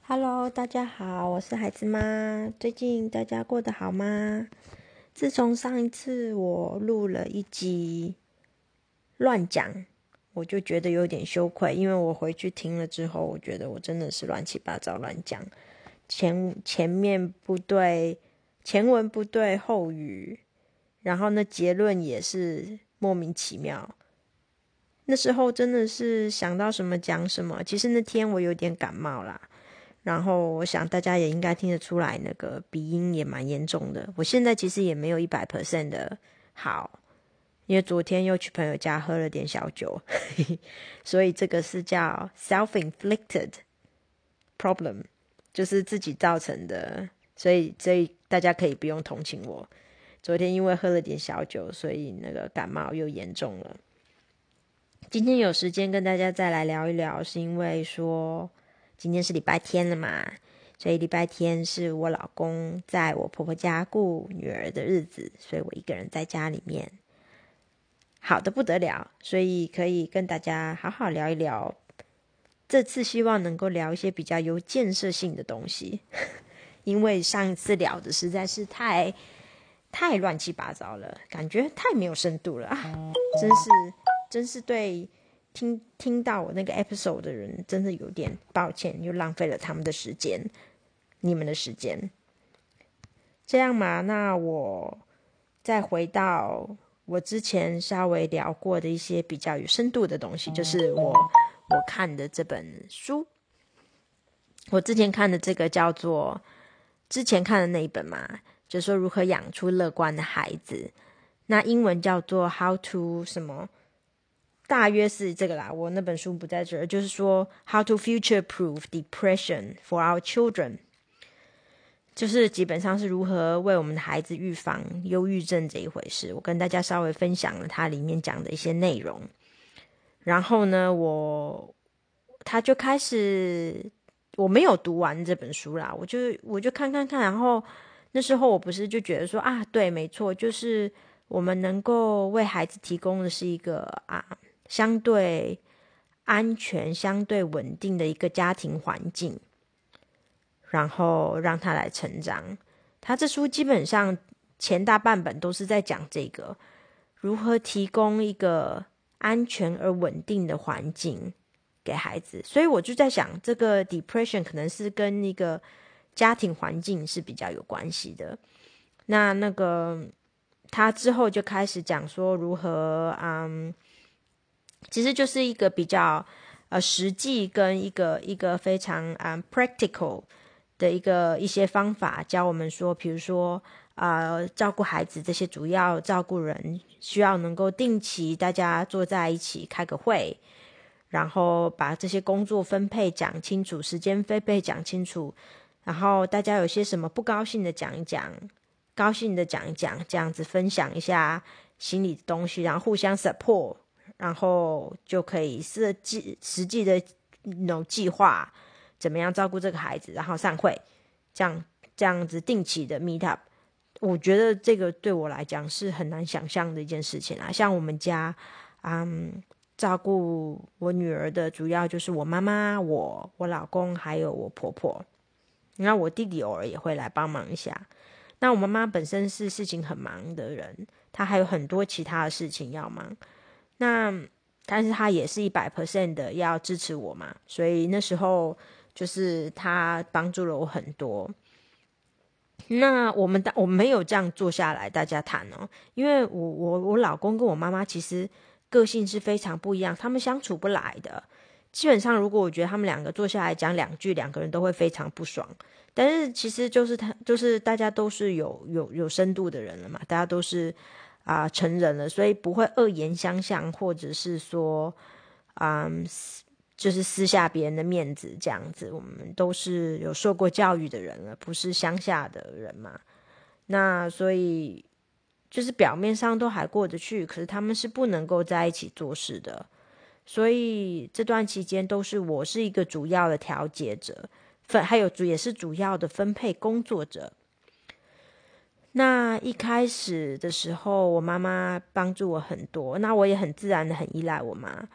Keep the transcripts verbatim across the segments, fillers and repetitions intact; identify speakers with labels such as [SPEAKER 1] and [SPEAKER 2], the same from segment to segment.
[SPEAKER 1] Hello，大家好，我是孩子妈。最近大家过得好吗？自从上一次我录了一集乱讲，我就觉得有点羞愧，因为我回去听了之后，我觉得我真的是乱七八糟乱讲，前前面不对，前文不对后语，然后呢结论也是莫名其妙。那时候真的是想到什么讲什么，其实那天我有点感冒啦。然后我想大家也应该听得出来，那个鼻音也蛮严重的。我现在其实也没有一百 percent 的好，因为昨天又去朋友家喝了点小酒，所以这个是叫 self-inflicted problem， 就是自己造成的，所以所以大家可以不用同情我。昨天因为喝了点小酒，所以那个感冒又严重了。今天有时间跟大家再来聊一聊，是因为说今天是礼拜天了嘛，所以礼拜天是我老公在我婆婆家顾女儿的日子，所以我一个人在家里面，好的不得了，所以可以跟大家好好聊一聊。这次希望能够聊一些比较有建设性的东西，因为上一次聊的实在是太太乱七八糟了，感觉太没有深度了啊！真是真是对听听到我那个 episode 的人，真的有点抱歉，又浪费了他们的时间，你们的时间。这样嘛，那我再回到我之前稍微聊过的一些比较有深度的东西，就是我我看的这本书。我之前看的这个叫做之前看的那一本嘛，就是说如何养出乐观的孩子。那英文叫做 How to 什么，大约是这个啦，我那本书不在这儿，就是说 How to future-proof depression for our children， 就是基本上是如何为我们的孩子预防忧郁症这一回事。我跟大家稍微分享了它里面讲的一些内容，然后呢，我他就开始，我没有读完这本书啦，我就我就看看看，然后那时候我不是就觉得说啊，对，没错，就是我们能够为孩子提供的是一个啊相对安全、相对稳定的一个家庭环境，然后让他来成长。他这书基本上前大半本都是在讲这个如何提供一个安全而稳定的环境给孩子，所以我就在想，这个 depression 可能是跟一个家庭环境是比较有关系的。那那个他之后就开始讲说如何，嗯，其实就是一个比较呃实际跟一个一个非常嗯 practical 的一个一些方法，教我们说，比如说呃照顾孩子这些主要照顾人需要能够定期大家坐在一起开个会，然后把这些工作分配讲清楚，时间分配讲清楚，然后大家有些什么不高兴的讲一讲，高兴的讲一讲，这样子分享一下心里的东西，然后互相 support， 然后就可以设计实际的那种计划，怎么样照顾这个孩子，然后散会，这样这样子定期的 meet up。我觉得这个对我来讲是很难想象的一件事情啊。像我们家，嗯，照顾我女儿的主要就是我妈妈、我、我老公还有我婆婆。然后我弟弟偶尔也会来帮忙一下。那我妈妈本身是事情很忙的人，她还有很多其他的事情要忙。那但是她也是一百 percent 的要支持我嘛，所以那时候就是她帮助了我很多。那我们我们没有这样坐下来大家谈哦，因为我我我老公跟我妈妈其实个性是非常不一样，他们相处不来的。基本上如果我觉得他们两个坐下来讲两句，两个人都会非常不爽。但是其实就是他就是大家都是有有有深度的人了嘛，大家都是啊、呃、成人了，所以不会恶言相向，或者是说嗯就是撕下别人的面子这样子。我们都是有受过教育的人了，不是乡下的人嘛。那所以就是表面上都还过得去，可是他们是不能够在一起做事的。所以这段期间都是我是一个主要的调解者，分还有也是主要的分配工作者。那一开始的时候，我妈妈帮助我很多，那我也很自然的很依赖我妈。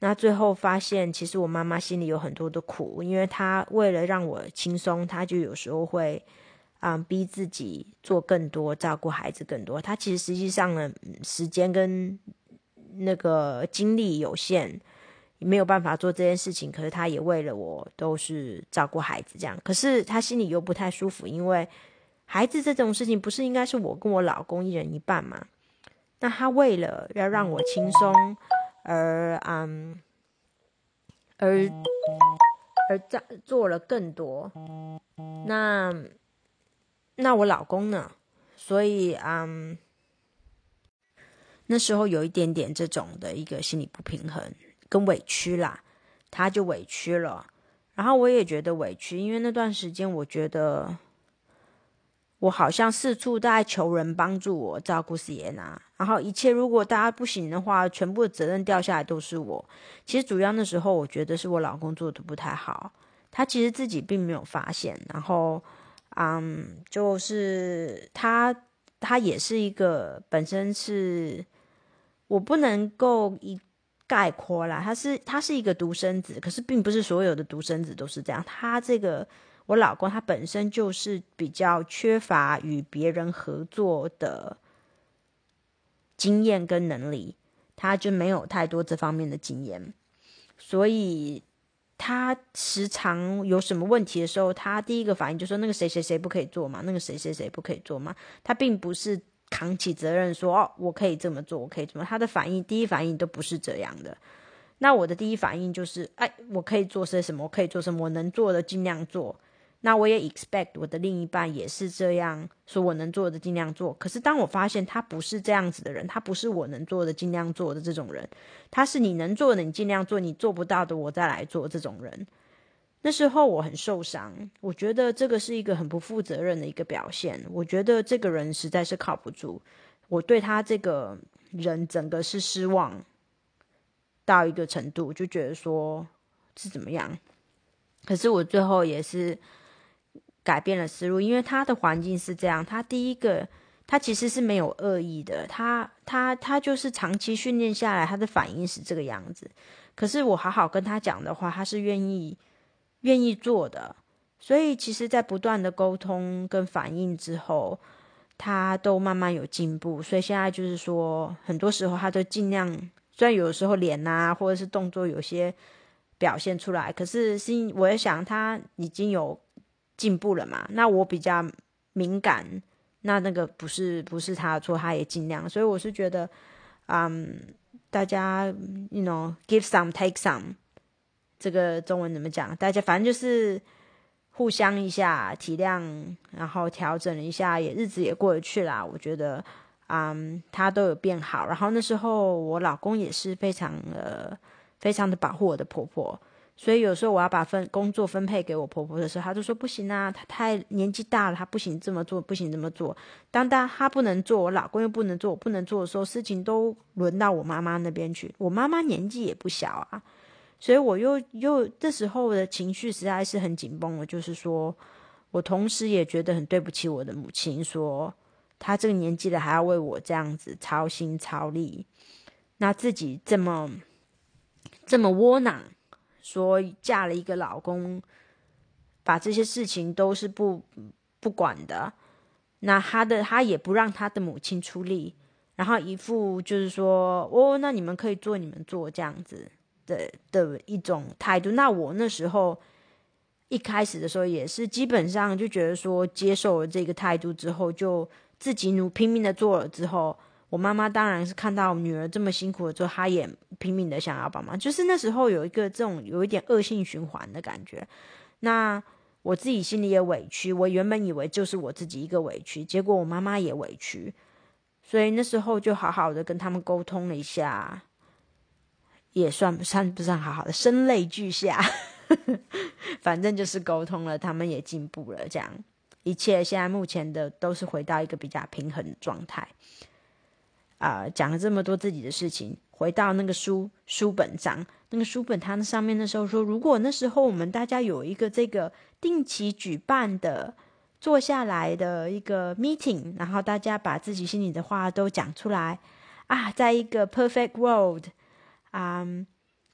[SPEAKER 1] 那最后发现其实我妈妈心里有很多的苦，因为她为了让我轻松，她就有时候会嗯逼自己做更多，照顾孩子更多。她其实实际上呢时间跟那个精力有限，没有办法做这件事情，可是她也为了我都是照顾孩子这样。可是她心里又不太舒服，因为孩子这种事情不是应该是我跟我老公一人一半吗？那她为了要让我轻松而嗯，而而做了更多，那那我老公呢？所以嗯，那时候有一点点这种的一个心理不平衡跟委屈啦，他就委屈了，然后我也觉得委屈，因为那段时间我觉得我好像四处在求人帮助我照顾Sienna，然后一切如果大家不行的话，全部的责任掉下来都是我。其实主要那时候我觉得是我老公做的不太好，他其实自己并没有发现，然后嗯，就是他他也是一个本身是我不能够一概括啦，他是他是一个独生子，可是并不是所有的独生子都是这样，他这个我老公他本身就是比较缺乏与别人合作的经验跟能力，他就没有太多这方面的经验，所以他时常有什么问题的时候，他第一个反应就说那个谁谁谁不可以做嘛，那个谁谁谁不可以做嘛，他并不是扛起责任说哦我可以这么做，我可以这么，他的反应第一反应都不是这样的。那我的第一反应就是哎，我可以做些什么，我可以做什么，我能做的尽量做。那我也 expect 我的另一半也是这样说，我能做的尽量做。可是当我发现他不是这样子的人，他不是我能做的尽量做的这种人，他是你能做的你尽量做，你做不到的我再来做这种人。那时候我很受伤，我觉得这个是一个很不负责任的一个表现，我觉得这个人实在是靠不住，我对他这个人整个是失望到一个程度，就觉得说是怎么样。可是我最后也是改变了思路，因为他的环境是这样，他第一个他其实是没有恶意的，他他他就是长期训练下来，他的反应是这个样子。可是我好好跟他讲的话，他是愿意愿意做的，所以其实在不断的沟通跟反应之后，他都慢慢有进步。所以现在就是说很多时候他都尽量，虽然有时候脸啊或者是动作有些表现出来，可是是我也想他已经有进步了嘛，那我比较敏感，那那个不是不是他的错，他也尽量。所以我是觉得嗯，大家 you know give some take some， 这个中文怎么讲，大家反正就是互相一下体谅，然后调整了一下，也日子也过得去啦。我觉得嗯，他都有变好。然后那时候我老公也是非常呃非常的保护我的婆婆，所以有时候我要把分工作分配给我婆婆的时候，她就说不行啊，她太年纪大了，她不行这么做，不行这么做。当当她不能做，我老公又不能做，我不能做的时候，事情都轮到我妈妈那边去。我妈妈年纪也不小啊，所以我又又这时候的情绪实在是很紧绷了。就是说我同时也觉得很对不起我的母亲，说她这个年纪了还要为我这样子操心操力，那自己这么这么窝囊，说嫁了一个老公，把这些事情都是不不管的，那他的他也不让他的母亲出力，然后一副就是说哦，那你们可以做你们做这样子的的一种态度。那我那时候一开始的时候也是基本上就觉得说接受了这个态度之后，就自己努拼命的做了之后，我妈妈当然是看到女儿这么辛苦了之后，她也拼命的想要帮忙，就是那时候有一个这种有一点恶性循环的感觉。那我自己心里也委屈，我原本以为就是我自己一个委屈，结果我妈妈也委屈，所以那时候就好好的跟他们沟通了一下，也算不算不算好好的，声泪俱下反正就是沟通了，他们也进步了，这样一切现在目前的都是回到一个比较平衡的状态。啊、呃，讲了这么多自己的事情，回到那个书书本上，那个书本它上面那时候说，如果那时候我们大家有一个这个定期举办的坐下来的一个 meeting， 然后大家把自己心里的话都讲出来啊，在一个 perfect world， 嗯，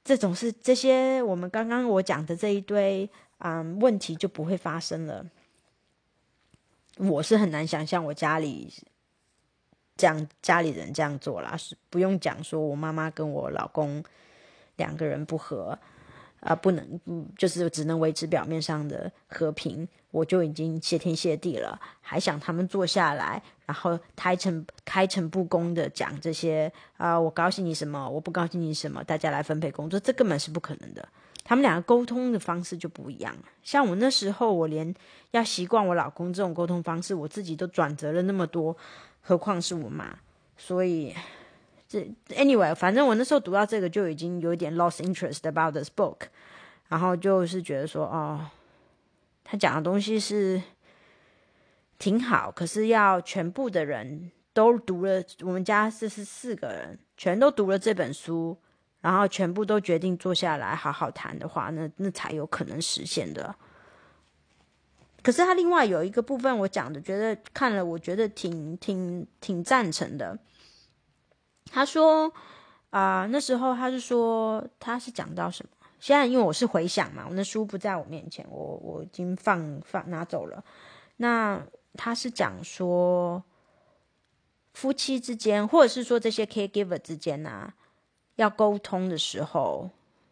[SPEAKER 1] 这种是这些我们刚刚我讲的这一堆嗯问题就不会发生了。我是很难想象我家里这样家里人这样做啦，是不用讲说我妈妈跟我老公两个人不和啊、呃，不能就是只能维持表面上的和平，我就已经谢天谢地了，还想他们坐下来，然后开诚开诚布公的讲这些啊、呃，我高兴你什么，我不高兴你什么，大家来分配工作，这根本是不可能的。他们两个沟通的方式就不一样了。像我那时候，我连要习惯我老公这种沟通方式，我自己都转折了那么多，何况是我妈。所以这 anyway， 反正我那时候读到这个就已经有点 lost interest about this book， 然后就是觉得说，哦，他讲的东西是挺好，可是要全部的人都读了，我们家四十四个人全都读了这本书，然后全部都决定坐下来好好谈的话，那那才有可能实现的。可是他另外有一个部分我讲的，觉得看了我觉得挺挺挺赞成的。他说啊、呃，那时候他是说他是讲到什么？现在因为我是回想嘛，我那书不在我面前，我我已经放放拿走了。那他是讲说夫妻之间，或者是说这些 caregiver 之间啊，要沟通的时候，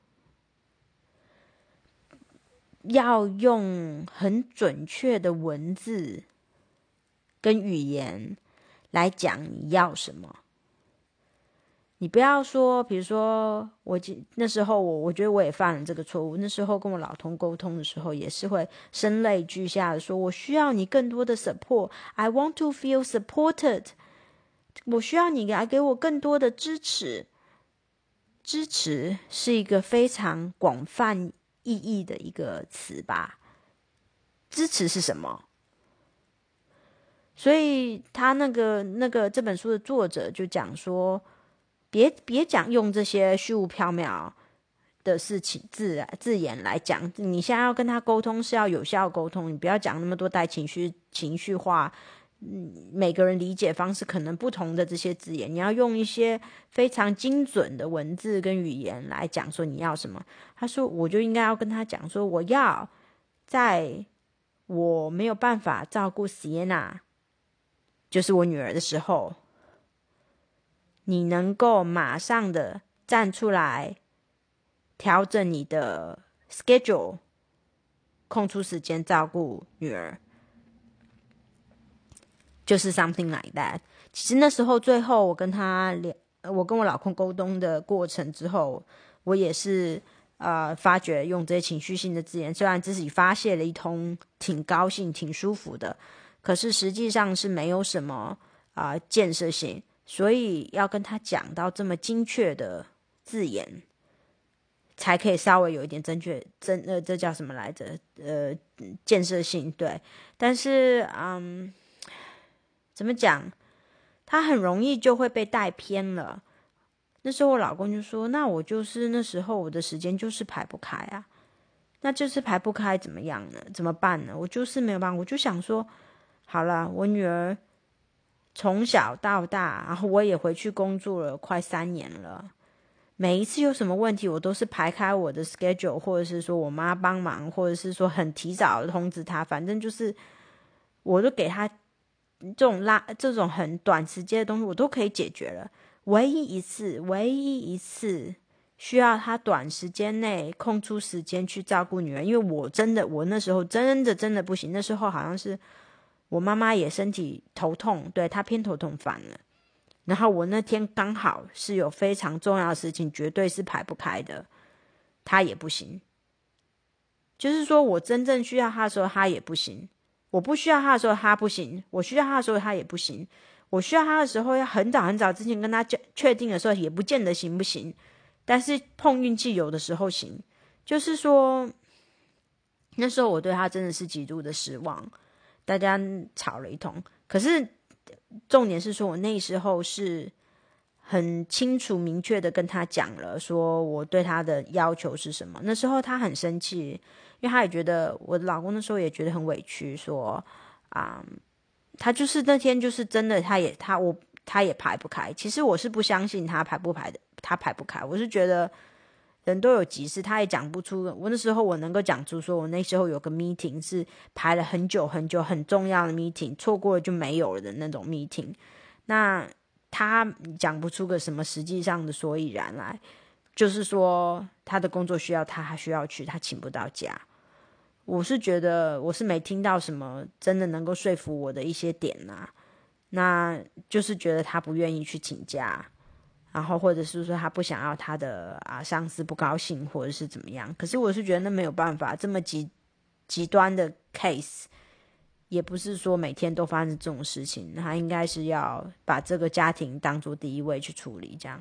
[SPEAKER 1] 要用很准确的文字跟语言来讲你要什么。你不要说，比如说我那时候我我觉得我也犯了这个错误。那时候跟我老公沟通的时候，也是会声泪俱下的说，我需要你更多的 support。I want to feel supported。我需要你来给我更多的支持。支持是一个非常广泛意义的一个词吧。支持是什么？所以他那个那个这本书的作者就讲说，别别讲用这些虚无缥缈的事情字字眼来讲，你现在要跟他沟通是要有效沟通，你不要讲那么多带情绪情绪化，嗯，每个人理解方式可能不同的这些字眼，你要用一些非常精准的文字跟语言来讲说你要什么。他说我就应该要跟他讲说，我要在我没有办法照顾 Sienna 就是我女儿的时候，你能够马上的站出来调整你的 schedule， 空出时间照顾女儿，就是 something like that。 其实那时候最后我跟他我跟我老公沟通的过程之后，我也是呃发觉用这些情绪性的字眼，虽然自己发泄了一通挺高兴挺舒服的，可是实际上是没有什么啊、呃、建设性。所以要跟他讲到这么精确的字眼，才可以稍微有一点正确，真呃，这叫什么来着？呃，建设性，对。但是，嗯，怎么讲？他很容易就会被带偏了。那时候我老公就说：“那我就是那时候我的时间就是排不开啊，那就是排不开，怎么样呢？怎么办呢？我就是没有办法。我就想说，好了，我女儿。”从小到大，然后我也回去工作了快三年了。每一次有什么问题，我都是排开我的 schedule， 或者是说我妈帮忙，或者是说很提早的通知她，反正就是我都给她这种拉这种很短时间的东西，我都可以解决了。唯一一次，唯一一次需要她短时间内空出时间去照顾女儿，因为我真的，我那时候真的真的不行，那时候好像是。我妈妈也身体头痛，对，她偏头痛犯了。然后我那天刚好是有非常重要的事情，绝对是排不开的，她也不行。就是说我真正需要她的时候，她也不行；我不需要她的时候，她不行；我需要她的时候，她也不行。我需要她的时候，要很早很早之前跟她确定的时候，也不见得行不行。但是碰运气，有的时候行。就是说，那时候我对她真的是极度的失望。大家吵了一通，可是重点是说我那时候是很清楚明确的跟他讲了，说我对他的要求是什么。那时候他很生气，因为他也觉得我的老公那时候也觉得很委屈，说啊、嗯，他就是那天就是真的，他也他我他也排不开。其实我是不相信他排不排的，他排不开，我是觉得人都有急事，他也讲不出。我那时候我能够讲出说我那时候有个 meeting 是排了很久很久很重要的 meeting， 错过了就没有了的那种 meeting， 那他讲不出个什么实际上的所以然来，就是说他的工作需要他还需要去，他请不到假。我是觉得我是没听到什么真的能够说服我的一些点啊，那就是觉得他不愿意去请假，然后或者是说他不想要他的啊上司不高兴或者是怎么样。可是我是觉得那没有办法，这么极极端的 case 也不是说每天都发生这种事情，他应该是要把这个家庭当作第一位去处理这样。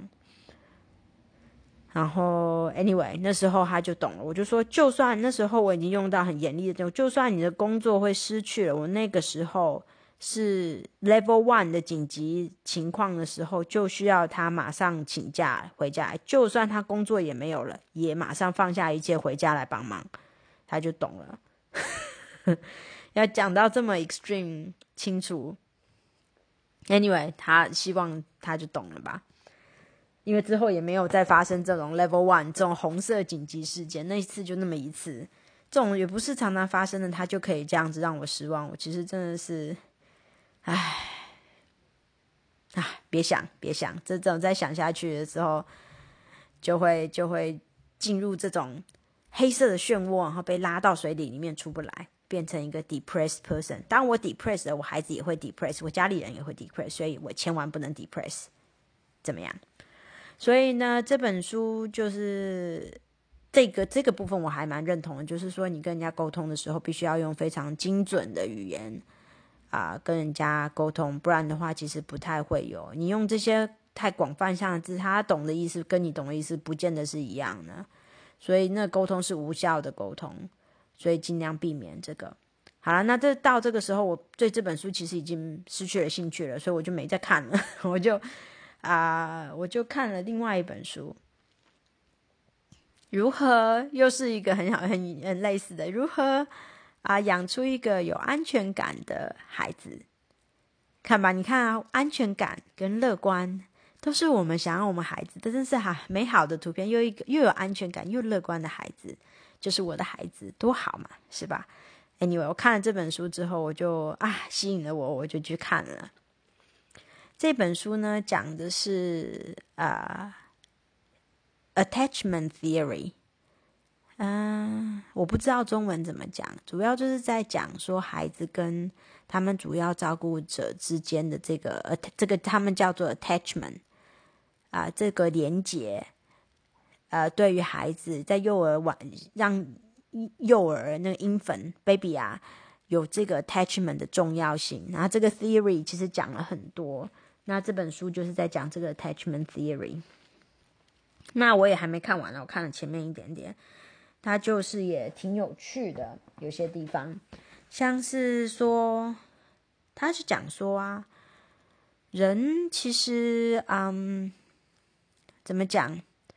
[SPEAKER 1] 然后 anyway 那时候他就懂了，我就说就算那时候我已经用到很严厉的，就算你的工作会失去了，我那个时候是 level one 的紧急情况的时候，就需要他马上请假回家来，就算他工作也没有了，也马上放下一切回家来帮忙，他就懂了。要讲到这么 extreme 清楚 anyway 他希望他就懂了吧，因为之后也没有再发生这种 level one 这种红色紧急事件，那一次就那么一次，这种也不是常常发生的，他就可以这样子让我失望。我其实真的是唉啊，别想别想，这种再想下去的时候就会就会进入这种黑色的漩涡，然后被拉到水里里面出不来，变成一个 depressed person。 当我 depressed 了，我孩子也会 depressed， 我家里人也会 depressed， 所以我千万不能 depressed， 怎么样？所以呢，这本书就是这个这个部分我还蛮认同的，就是说你跟人家沟通的时候必须要用非常精准的语言啊、呃，跟人家沟通，不然的话其实不太会有。你用这些太广泛向的字，他懂的意思跟你懂的意思不见得是一样的，所以那沟通是无效的沟通，所以尽量避免这个。好了，那这到这个时候，我对这本书其实已经失去了兴趣了，所以我就没再看了，我就啊、呃，我就看了另外一本书，如何又是一个很好很很类似的，如何啊、呃、养出一个有安全感的孩子。看吧，你看啊，安全感跟乐观都是我们想要我们孩子的，真是哈美好的图片，又一个又有安全感又乐观的孩子，就是我的孩子，多好嘛，是吧？ Anyway 我看了这本书之后，我就啊吸引了我，我就去看了。这本书呢讲的是啊、呃、attachment theory， 嗯、呃，我不知道中文怎么讲，主要就是在讲说孩子跟他们主要照顾者之间的这个呃这个他们叫做 attachment 啊、呃，这个连结，呃，对于孩子在幼儿晚让幼儿那个 infant baby 啊有这个 attachment 的重要性，然后这个 theory 其实讲了很多。那这本书就是在讲这个 attachment theory， 那我也还没看完了，我看了前面一点点，它就是也挺有趣的，有些地方像是说他是讲说啊，人其实嗯怎么讲，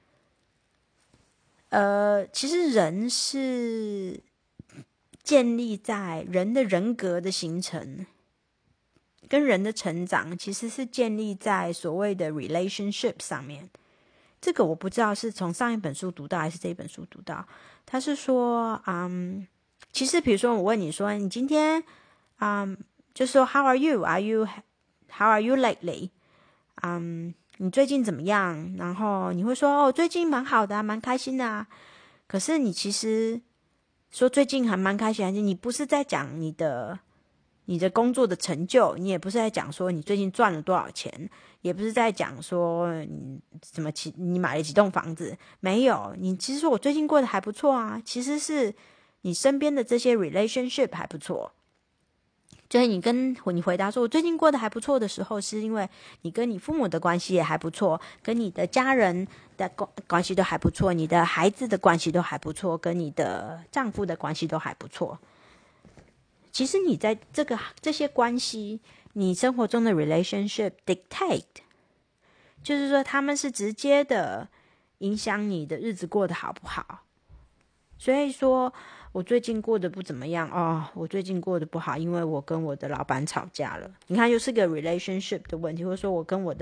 [SPEAKER 1] 呃其实人是建立在人的人格的形成跟人的成长其实是建立在所谓的 relationship 上面。这个我不知道是从上一本书读到还是这一本书读到。他是说嗯，其实比如说我问你说你今天嗯，就说 How are you? Are you How are you lately? 嗯，你最近怎么样？然后你会说哦，最近蛮好的啊，蛮开心的啊。可是你其实说最近还蛮开心，你不是在讲你的你的工作的成就，你也不是在讲说你最近赚了多少钱，也不是在讲说你怎么你买了几栋房子，没有，你其实说我最近过得还不错啊，其实是你身边的这些 relationship 还不错。就是你跟你回答说我最近过得还不错的时候，是因为你跟你父母的关系也还不错，跟你的家人的关系都还不错，你的孩子的关系都还不错，跟你的丈夫的关系都还不错。其实你在这个这些关系，你生活中的 relationship dictate， 就是说他们是直接的影响你的日子过得好不好。所以说我最近过得不怎么样哦，我最近过得不好，因为我跟我的老板吵架了。你看又是个 relationship 的问题，或者说我跟我的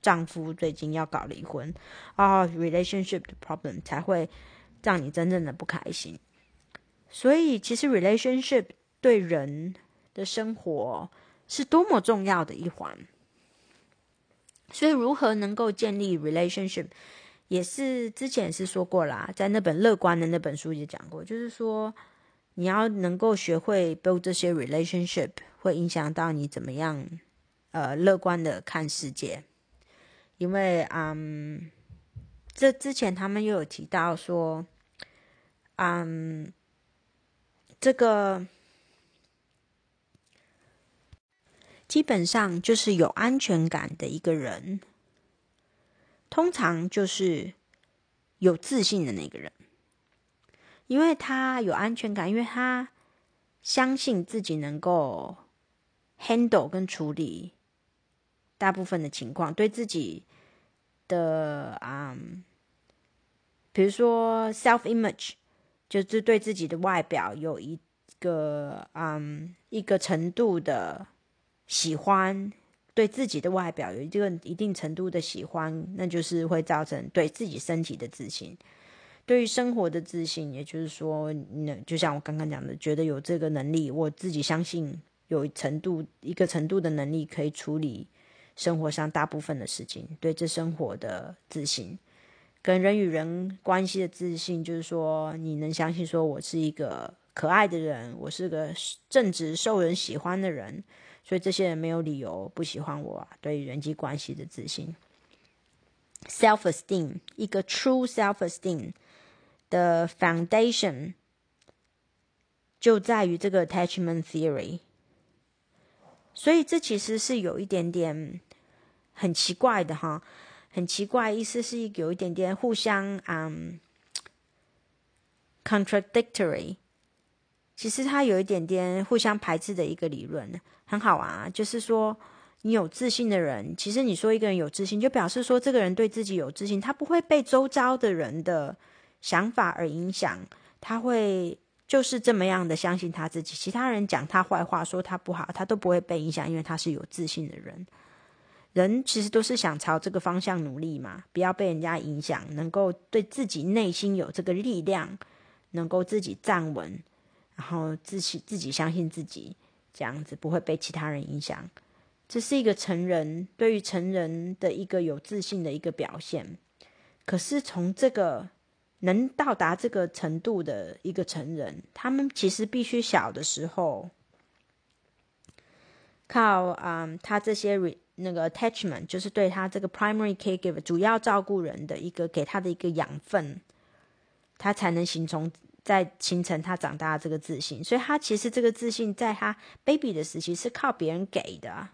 [SPEAKER 1] 丈夫最近要搞离婚啊、哦、relationship 的 problem 才会让你真正的不开心。所以其实 relationship 对人的生活是多么重要的一环。所以如何能够建立 relationship， 也是之前也是说过啦，在那本乐观的那本书也讲过，就是说你要能够学会 build 这些 relationship， 会影响到你怎么样呃乐观的看世界。因为嗯，这之前他们又有提到说，嗯，这个基本上就是有安全感的一个人，通常就是有自信的那个人，因为他有安全感，因为他相信自己能够 handle 跟处理大部分的情况，对自己的嗯，比如说 self image， 就是对自己的外表有一个嗯一个程度的喜欢，对自己的外表有一个一定程度的喜欢，那就是会造成对自己身体的自信。对于生活的自信，也就是说，就像我刚刚讲的，觉得有这个能力，我自己相信有程度一个程度的能力可以处理生活上大部分的事情，对这生活的自信。跟人与人关系的自信，就是说你能相信说我是一个可爱的人，我是个正直受人喜欢的人，所以这些人没有理由不喜欢我。对人际关系的自信 self-esteem， 一个 true self-esteem 的 foundation 就在于这个 attachment theory。 所以这其实是有一点点很奇怪的哈，很奇怪，意思是有一点点互相嗯 contradictory， 其实它有一点点互相排斥的一个理论，很好啊。就是说你有自信的人，其实你说一个人有自信，就表示说这个人对自己有自信，他不会被周遭的人的想法而影响，他会就是这么样的相信他自己，其他人讲他坏话说他不好，他都不会被影响，因为他是有自信的人。人其实都是想朝这个方向努力嘛，不要被人家影响，能够对自己内心有这个力量，能够自己站稳，然后自己自己相信自己，这样子不会被其他人影响。这是一个成人对于成人的一个有自信的一个表现。可是从这个能到达这个程度的一个成人，他们其实必须小的时候靠嗯他这些那个 attachment， 就是对他这个 primary caregiver 主要照顾人的一个给他的一个养分，他才能形成在形成他长大的这个自信。所以他其实这个自信在他 baby 的时期是靠别人给的，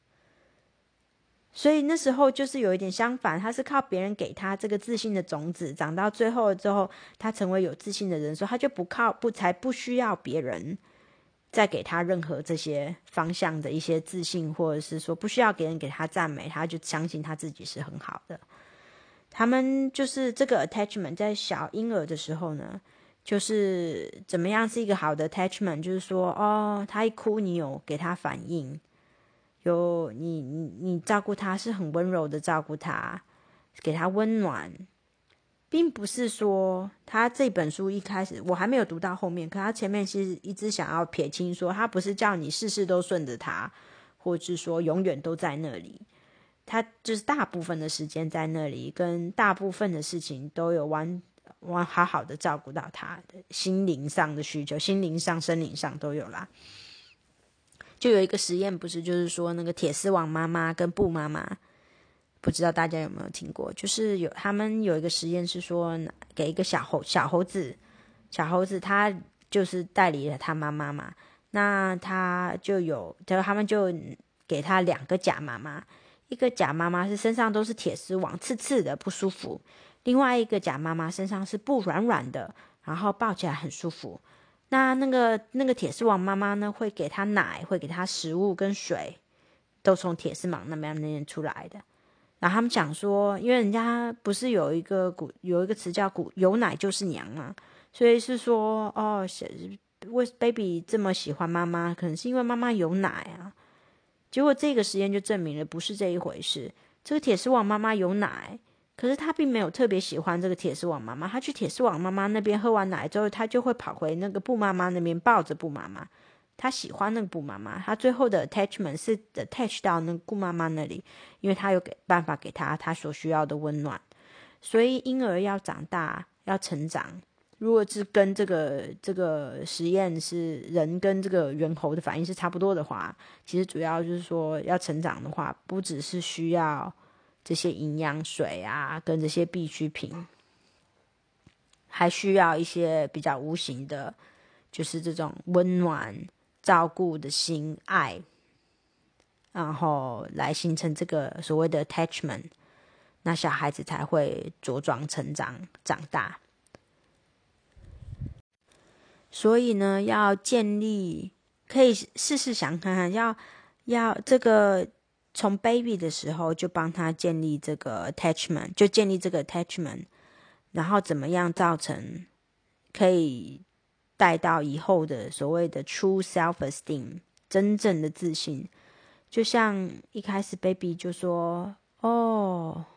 [SPEAKER 1] 所以那时候就是有一点相反，他是靠别人给他这个自信的种子，长到最后之后他成为有自信的人，所以他就不靠不才不需要别人再给他任何这些方向的一些自信，或者是说不需要给人给他赞美，他就相信他自己是很好的。他们就是这个 attachment 在小婴儿的时候呢，就是怎么样是一个好的 attachment， 就是说哦，他一哭你有给他反应，有你你你照顾他是很温柔的照顾他，给他温暖，并不是说他这本书一开始我还没有读到后面，可他前面其实一直想要撇清说，他不是叫你事事都顺着他，或者是说永远都在那里，他就是大部分的时间在那里，跟大部分的事情都有完完好好的照顾到他的心灵上的需求，心灵上生理上都有啦。就有一个实验，不是就是说那个铁丝网妈妈跟布妈妈，不知道大家有没有听过，就是有他们有一个实验是说给一个小猴小猴子小猴子他就是代理了他妈妈嘛，那他就有就他们就给他两个假妈妈，一个假妈妈是身上都是铁丝网刺刺的不舒服，另外一个假妈妈身上是布软软的，然后抱起来很舒服。那那个那个铁丝网妈妈呢，会给他奶，会给他食物跟水，都从铁丝网那边那边出来的。然后他们讲说，因为人家不是有一个古有一个词叫古有奶就是娘嘛，所以是说哦，为 baby 这么喜欢妈妈，可能是因为妈妈有奶啊。结果这个实验就证明了不是这一回事， 这个铁丝网妈妈有奶，可是他并没有特别喜欢这个铁丝网妈妈。他去铁丝网妈妈那边喝完奶之后，他就会跑回那个布妈妈那边抱着布妈妈。他喜欢那个布妈妈，他最后的 attachment 是 attach 到那个布妈妈那里，因为他有给办法给他他所需要的温暖。所以婴儿要长大，要成长。如果是跟这个这个实验是人跟这个猿猴的反应是差不多的话，其实主要就是说要成长的话，不只是需要这些营养水啊，跟这些必需品，还需要一些比较无形的，就是这种温暖、照顾的心、爱，然后来形成这个所谓的 attachment， 那小孩子才会茁壮成长、长大。所以呢，要建立，可以试试想看看，要要这个从 baby 的时候就帮他建立这个 attachment， 就建立这个 attachment， 然后怎么样造成可以带到以后的所谓的 true self-esteem， 真正的自信。就像一开始 baby 就说，哦，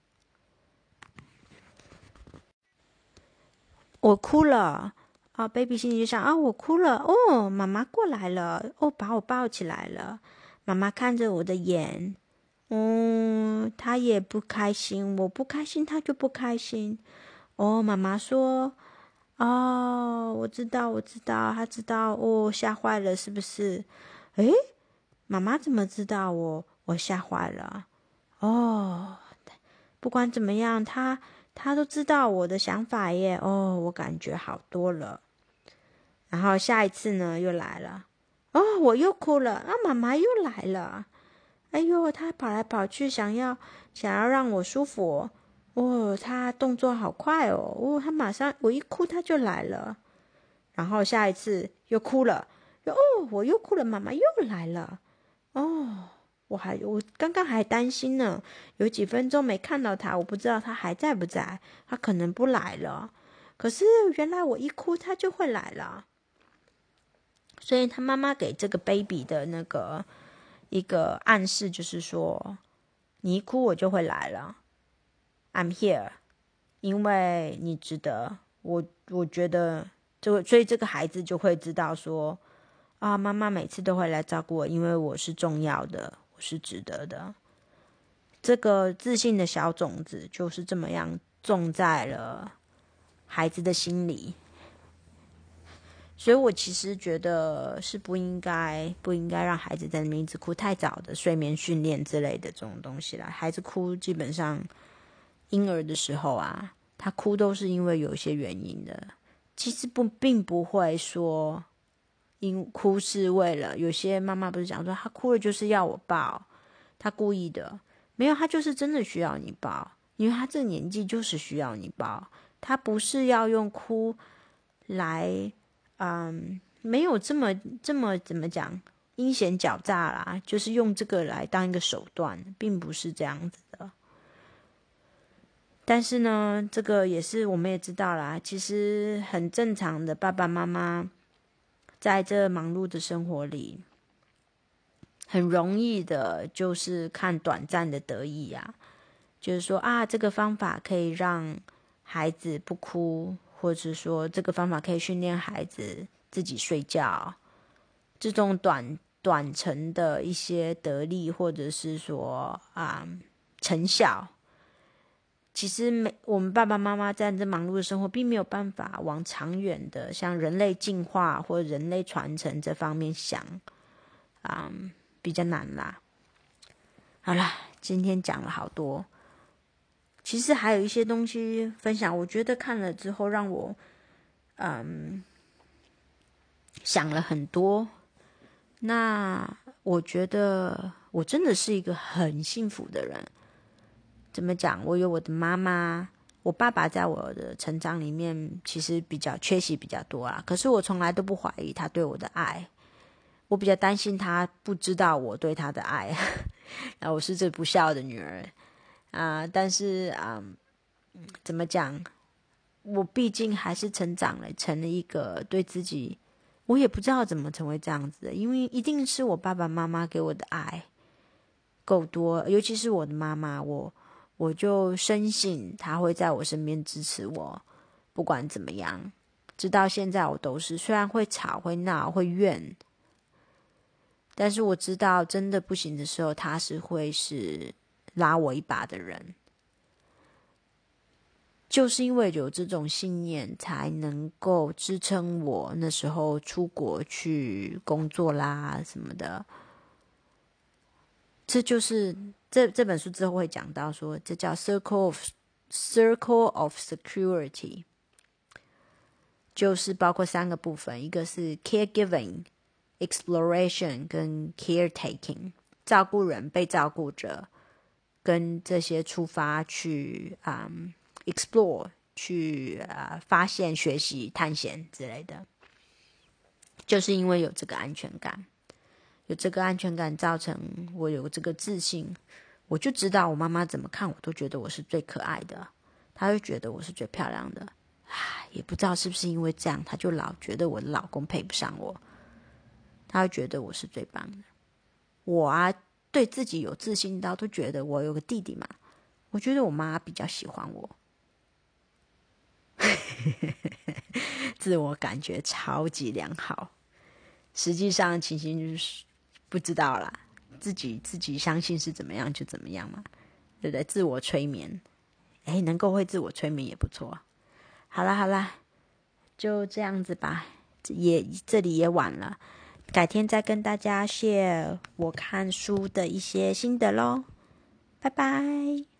[SPEAKER 1] 我哭了。啊 ，baby 心里就想啊，我哭了哦，妈妈过来了哦，把我抱起来了。妈妈看着我的眼，嗯，她也不开心，我不开心，她就不开心。哦，妈妈说，哦，我知道，我知道，她知道，哦，吓坏了是不是？诶，妈妈怎么知道我我吓坏了？哦，不管怎么样，她她都知道我的想法耶。哦，我感觉好多了。然后下一次呢，又来了，哦，我又哭了，啊，妈妈又来了，哎呦，他跑来跑去，想要想要让我舒服，哦，他动作好快哦，哦，他马上我一哭他就来了，然后下一次又哭了，又哦，我又哭了，妈妈又来了，哦，我还我刚刚还担心呢，有几分钟没看到他，我不知道他还在不在，他可能不来了，可是原来我一哭他就会来了。所以他妈妈给这个 baby 的那个一个暗示就是说，你一哭我就会来了 ，I'm here， 因为你值得。我我觉得这个，所以这个孩子就会知道说，啊，妈妈每次都会来照顾我，因为我是重要的，我是值得的。这个自信的小种子就是这么样种在了孩子的心里。所以我其实觉得是不应该不应该让孩子在那边一直哭，太早的睡眠训练之类的这种东西啦。孩子哭基本上婴儿的时候啊，他哭都是因为有一些原因的。其实不并不会说因哭是为了，有些妈妈不是讲说他哭了就是要我抱，他故意的。没有，他就是真的需要你抱，因为他这个年纪就是需要你抱，他不是要用哭来嗯，没有这么这么怎么讲阴险狡诈啦，就是用这个来当一个手段，并不是这样子的。但是呢，这个也是我们也知道啦，其实很正常的，爸爸妈妈在这忙碌的生活里，很容易的就是看短暂的得意啊，就是说啊，这个方法可以让孩子不哭，或者说这个方法可以训练孩子自己睡觉，这种短短程的一些得利，或者是说啊、嗯、成效，其实没我们爸爸妈妈在这忙碌的生活，并没有办法往长远的像人类进化或人类传承这方面想，啊、嗯，比较难啦。好啦，今天讲了好多。其实还有一些东西分享，我觉得看了之后让我嗯想了很多。那我觉得我真的是一个很幸福的人。怎么讲？我有我的妈妈，我爸爸在我的成长里面其实比较缺席比较多啦，可是我从来都不怀疑他对我的爱。我比较担心他不知道我对他的爱，然后我是这不孝的女儿。啊、呃，但是啊、呃，怎么讲？我毕竟还是成长了，成了一个对自己，我也不知道怎么成为这样子的，因为一定是我爸爸妈妈给我的爱， 够多，尤其是我的妈妈，我我就深信她会在我身边支持我，不管怎么样。直到现在我都是，虽然会吵会闹会怨，但是我知道真的不行的时候，她是会是拉我一把的人。就是因为有这种信念，才能够支撑我那时候出国去工作啦什么的。这就是这这本书之后会讲到说，这叫 circle of circle of security， 就是包括三个部分，一个是 caregiving、exploration 跟 caretaking， 照顾人、被照顾者，跟这些出发去嗯 explore 去、呃、发现、学习、探险之类的。就是因为有这个安全感，有这个安全感造成我有这个自信，我就知道我妈妈怎么看我都觉得我是最可爱的，她就觉得我是最漂亮的。也不知道是不是因为这样，她就老觉得我的老公配不上我，她会觉得我是最棒的。我啊，对自己有自信到都觉得我有个弟弟嘛，我觉得我妈比较喜欢我。自我感觉超级良好，实际上情形就是不知道啦，自己自己相信是怎么样就怎么样嘛，对不对？自我催眠，哎，能够会自我催眠也不错。好啦好啦，就这样子吧，也这里也晚了，改天再跟大家 share 我看书的一些心得咯，拜拜。